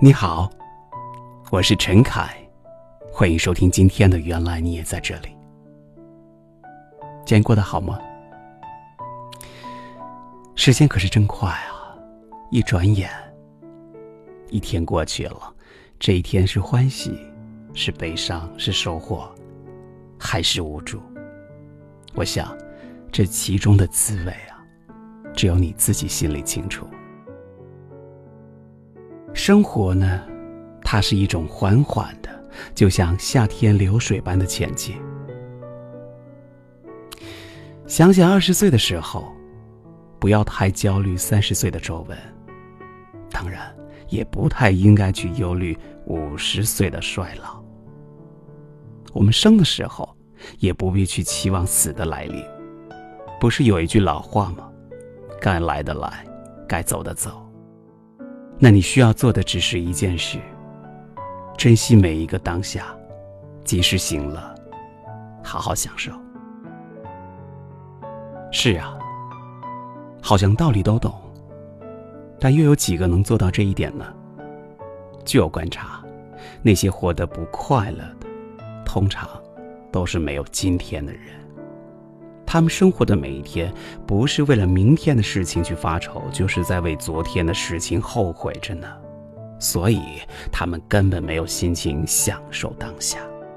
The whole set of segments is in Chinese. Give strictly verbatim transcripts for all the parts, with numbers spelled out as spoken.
你好，我是陈凯，欢迎收听今天的原来你也在这里。今天过得好吗？时间可是真快啊，一转眼一天过去了，这一天是欢喜，是悲伤，是收获，还是无助？我想这其中的滋味啊，只有你自己心里清楚。生活呢，它是一种缓缓的，就像夏天流水般的前进。想想二十岁的时候，不要太焦虑三十岁的皱纹，当然也不太应该去忧虑五十岁的衰老。我们生的时候，也不必去期望死的来临。不是有一句老话吗？该来的来，该走的走。那你需要做的只是一件事，珍惜每一个当下，及时行乐，好好享受。是啊，好像道理都懂，但又有几个能做到这一点呢？据我观察，那些活得不快乐的，通常都是没有今天的人。他们生活的每一天，不是为了明天的事情去发愁，就是在为昨天的事情后悔着呢。所以他们根本没有心情享受当下。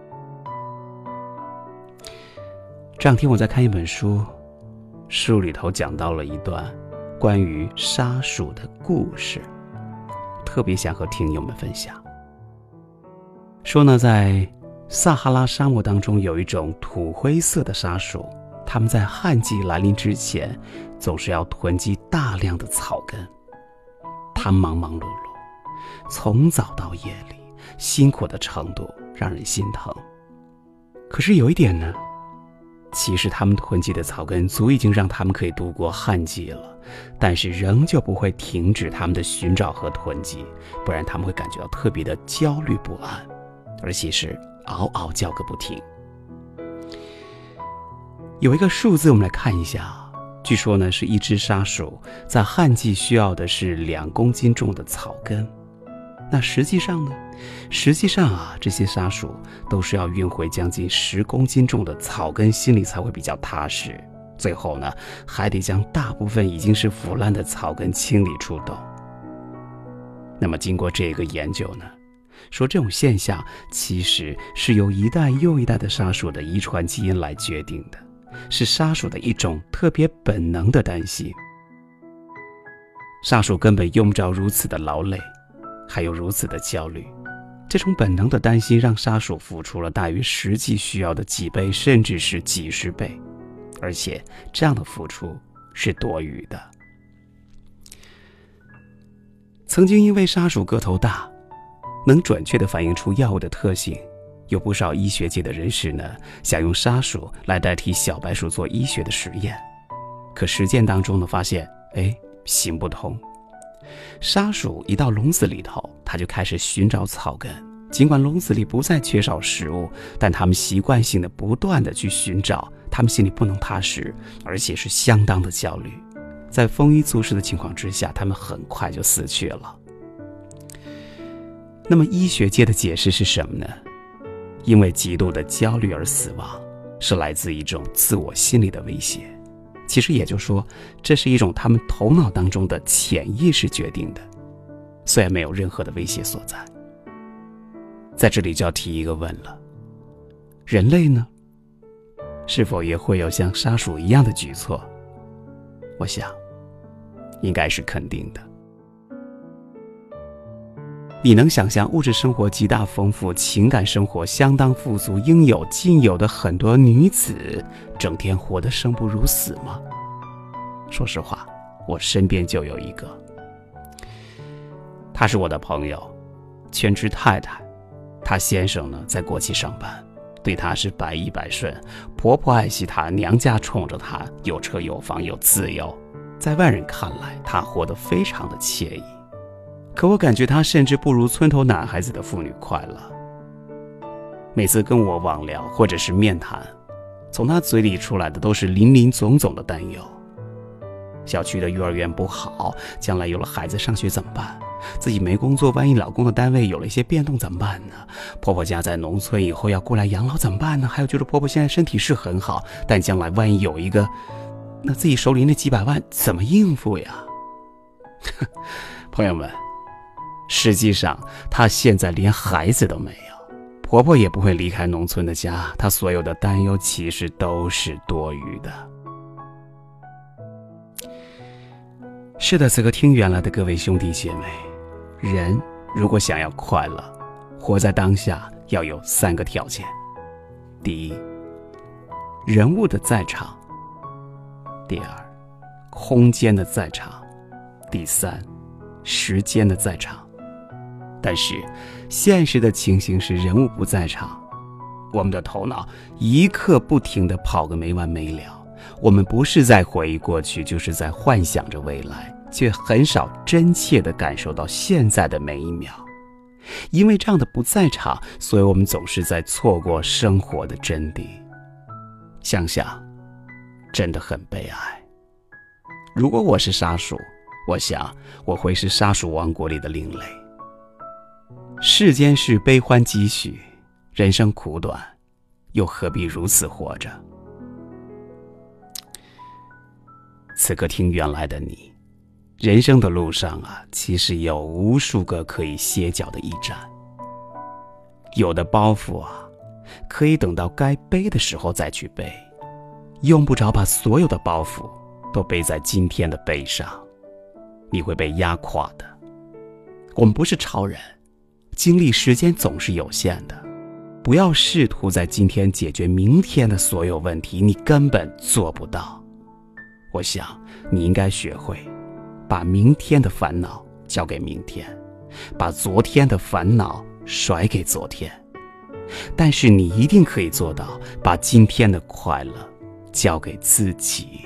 这两天我在看一本书，书里头讲到了一段关于沙鼠的故事，特别想和听友们分享。说呢，在撒哈拉沙漠当中有一种土灰色的沙鼠，它们在旱季来临之前总是要囤积大量的草根。它忙忙碌碌，从早到夜里，辛苦的程度让人心疼。可是有一点呢，其实他们囤积的草根足已经让他们可以度过旱季了，但是仍旧不会停止他们的寻找和囤积，不然他们会感觉到特别的焦虑不安，而且是嗷嗷叫个不停。有一个数字我们来看一下，据说呢是一只沙鼠在旱季需要的是两公斤重的草根。那实际上呢实际上啊，这些沙鼠都是要运回将近十公斤重的草根，心里才会比较踏实。最后呢还得将大部分已经是腐烂的草根清理出洞。那么经过这个研究呢，说这种现象其实是由一代又一代的沙鼠的遗传基因来决定的，是沙鼠的一种特别本能的担心。沙鼠根本用不着如此的劳累，还有如此的焦虑。这种本能的担心让沙鼠付出了大于实际需要的几倍，甚至是几十倍，而且这样的付出是多余的。曾经因为沙鼠个头大，能准确地反映出药物的特性，有不少医学界的人士呢，想用沙鼠来代替小白鼠做医学的实验。可实践当中呢，发现，哎，行不通。沙鼠一到笼子里头，它就开始寻找草根。尽管笼子里不再缺少食物，但它们习惯性的不断的去寻找，它们心里不能踏实，而且是相当的焦虑。在丰衣足食的情况之下，它们很快就死去了。那么医学界的解释是什么呢？因为极度的焦虑而死亡，是来自一种自我心理的威胁。其实也就是说，这是一种他们头脑当中的潜意识决定的，虽然没有任何的威胁所在。在这里就要提一个问了，人类呢，是否也会有像沙鼠一样的举措？我想应该是肯定的。你能想象物质生活极大丰富，情感生活相当富足，应有尽有的很多女子整天活得生不如死吗？说实话，我身边就有一个，她是我的朋友，全职太太。她先生呢在国企上班，对她是百依百顺，婆婆爱惜她，娘家宠着她，有车有房有自由，在外人看来她活得非常的惬意。可我感觉她甚至不如村头男孩子的妇女快乐。每次跟我网聊或者是面谈，从她嘴里出来的都是林林总总的担忧。小区的幼儿园不好，将来有了孩子上学怎么办？ 自己没工作，万一老公的单位有了一些变动怎么办呢？婆婆家在农村，以后要过来养老怎么办呢？还有就是婆婆现在身体是很好，但将来万一有一个，那自己手里那几百万怎么应付呀？朋友们，实际上她现在连孩子都没有，婆婆也不会离开农村的家，她所有的担忧其实都是多余的。是的，此刻听远了的各位兄弟姐妹，人如果想要快乐，活在当下要有三个条件：第一，人物的在场；第二，空间的在场；第三，时间的在场。但是现实的情形是人物不在场，我们的头脑一刻不停地跑个没完没了，我们不是在回忆过去，就是在幻想着未来，却很少真切地感受到现在的每一秒。因为这样的不在场，所以我们总是在错过生活的真谛。想想真的很悲哀。如果我是沙鼠，我想我会是沙鼠王国里的另类。世间事悲欢几许，人生苦短，又何必如此活着？此刻听原来的你，人生的路上啊，其实有无数个可以歇脚的驿站。有的包袱啊，可以等到该背的时候再去背，用不着把所有的包袱都背在今天的背上，你会被压垮的。我们不是超人，精力时间总是有限的，不要试图在今天解决明天的所有问题，你根本做不到。我想你应该学会把明天的烦恼交给明天，把昨天的烦恼甩给昨天，但是你一定可以做到把今天的快乐交给自己。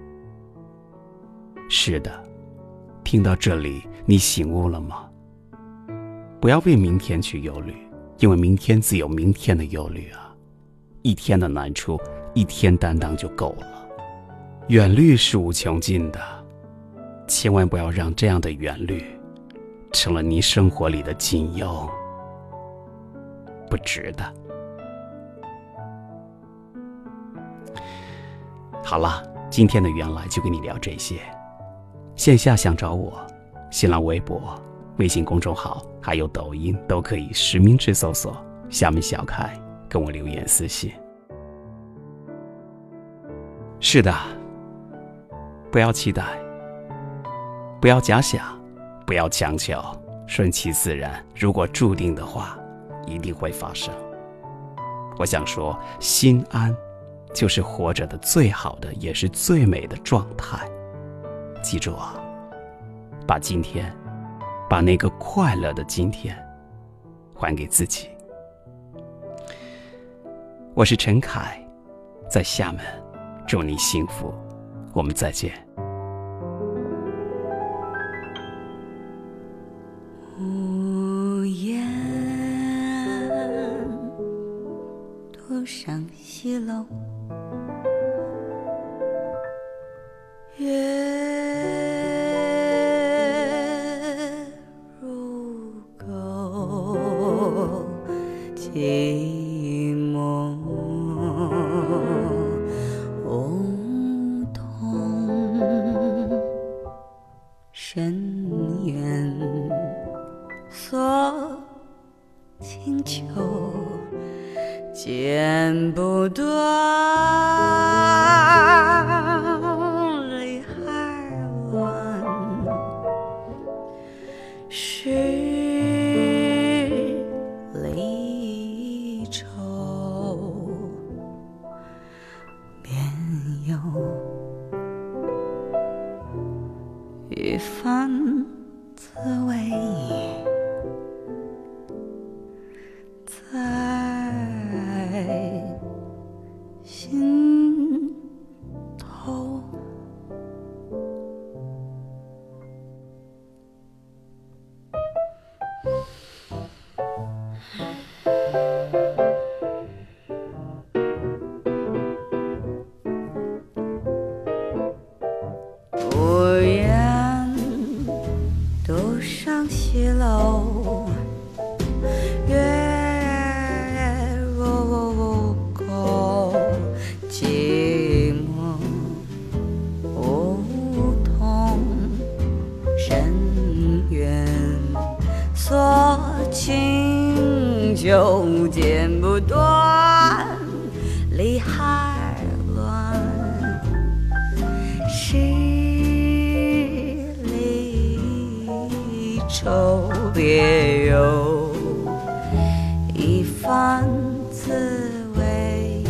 是的，听到这里你醒悟了吗？不要为明天去忧虑，因为明天自有明天的忧虑啊，一天的难处一天担当就够了。远虑是无穷尽的，千万不要让这样的远虑成了你生活里的仅有，不值得。好了，今天的原来就跟你聊这些。线下想找我，新浪微博、微信公众号还有抖音都可以实名制搜索厦门小开，跟我留言私信。是的，不要期待，不要假想，不要强求，顺其自然，如果注定的话，一定会发生。我想说，心安就是活着的最好的也是最美的状态。记住啊，把今天，把那个快乐的今天还给自己。我是陈凯，在厦门，祝你幸福，我们再见。 无言独上西楼，月如钩，寂寞梧桐深渊锁清秋，剪不断离海湾，十里愁，便有一番滋味在心头。无言独上西西楼，月如钩，寂寞梧桐，深渊锁情就剪不断，理还乱，十里愁别有，一番滋味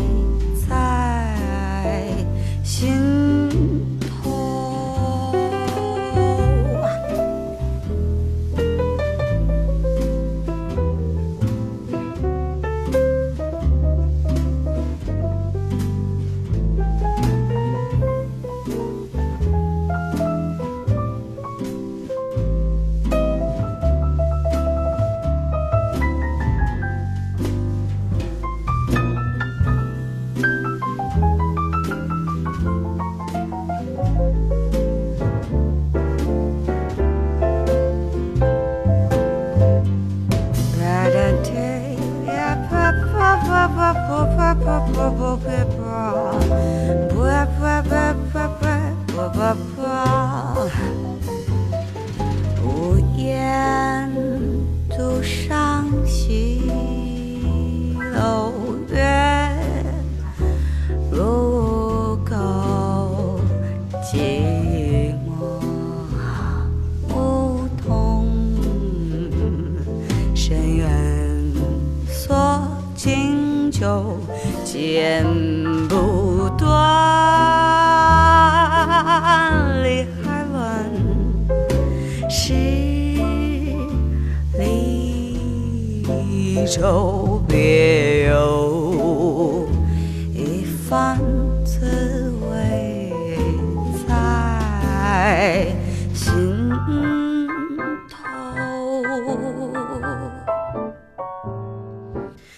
在心头。无言独上西楼，月如钩，寂寞梧桐，深渊锁情就剪不断，理还乱，十里愁别有，一番滋味在心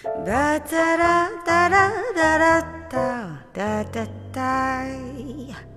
头。da da da da da da da da da da